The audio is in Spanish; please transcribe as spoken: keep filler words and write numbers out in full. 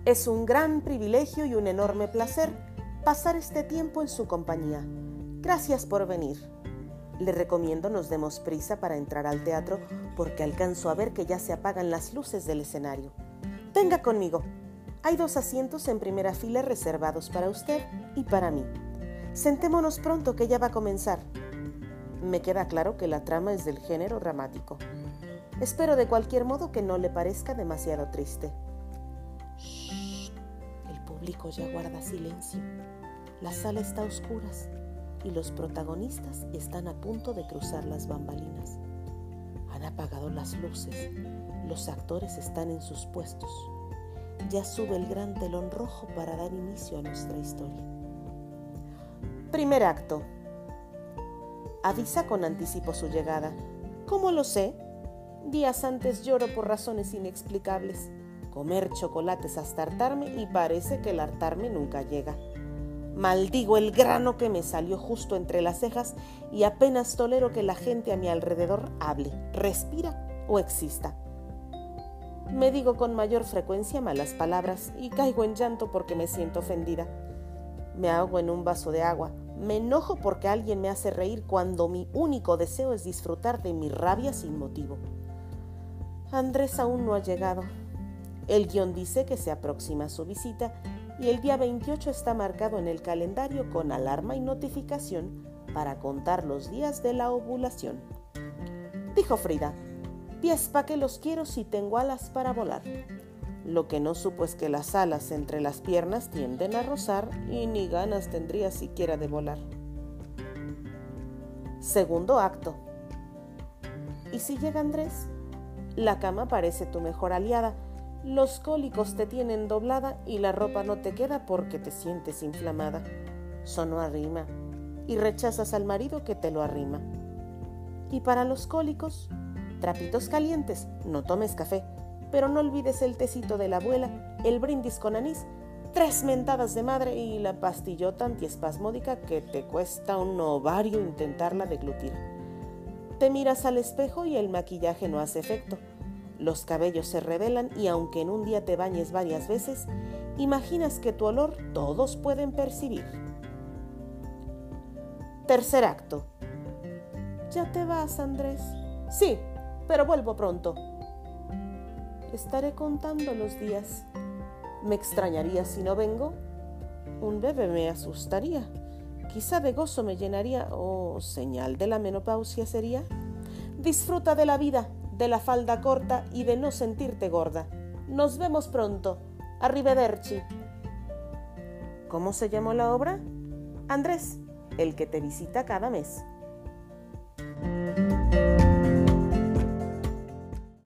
Es un gran privilegio y un enorme placer pasar este tiempo en su compañía. Gracias por venir. Le recomiendo nos demos prisa para entrar al teatro porque alcanzo a ver que ya se apagan las luces del escenario. Venga conmigo. Hay dos asientos en primera fila reservados para usted y para mí. Sentémonos pronto que ya va a comenzar. Me queda claro que la trama es del género dramático. Espero de cualquier modo que no le parezca demasiado triste. Shh. El público ya guarda silencio. La sala está a oscuras y los protagonistas están a punto de cruzar las bambalinas. Han apagado las luces. Los actores están en sus puestos. Ya sube el gran telón rojo para dar inicio a nuestra historia. Primer acto. Avisa con anticipo su llegada. ¿Cómo lo sé? Días antes lloro por razones inexplicables. Comer chocolates hasta hartarme y parece que el hartarme nunca llega. Maldigo el grano que me salió justo entre las cejas y apenas tolero que la gente a mi alrededor hable, respira o exista. Me digo con mayor frecuencia malas palabras y caigo en llanto porque me siento ofendida. Me ahogo en un vaso de agua. Me enojo porque alguien me hace reír cuando mi único deseo es disfrutar de mi rabia sin motivo. Andrés aún no ha llegado. El guión dice que se aproxima su visita y el día veintiocho está marcado en el calendario con alarma y notificación para contar los días de la ovulación. Dijo Frida, pies pa' que los quiero si tengo alas para volar. Lo que no supo es que las alas entre las piernas tienden a rozar y ni ganas tendría siquiera de volar. Segundo acto. ¿Y si llega Andrés? La cama parece tu mejor aliada. Los cólicos te tienen doblada y la ropa no te queda porque te sientes inflamada. Eso no arrima. Y rechazas al marido que te lo arrima. Y para los cólicos, trapitos calientes, no tomes café, pero no olvides el tecito de la abuela, el brindis con anís, tres mentadas de madre y la pastillota antiespasmódica que te cuesta un ovario intentarla deglutir. Te miras al espejo y el maquillaje no hace efecto. Los cabellos se revelan y aunque en un día te bañes varias veces, imaginas que tu olor todos pueden percibir. Tercer acto. ¿Ya te vas, Andrés? Sí, pero vuelvo pronto. Estaré contando los días. ¿Me extrañaría si no vengo? Un bebé me asustaría. Quizá de gozo me llenaría, o señal de la menopausia sería. Disfruta de la vida, de la falda corta y de no sentirte gorda. Nos vemos pronto. Arrivederci. ¿Cómo se llamó la obra? Andrés, el que te visita cada mes.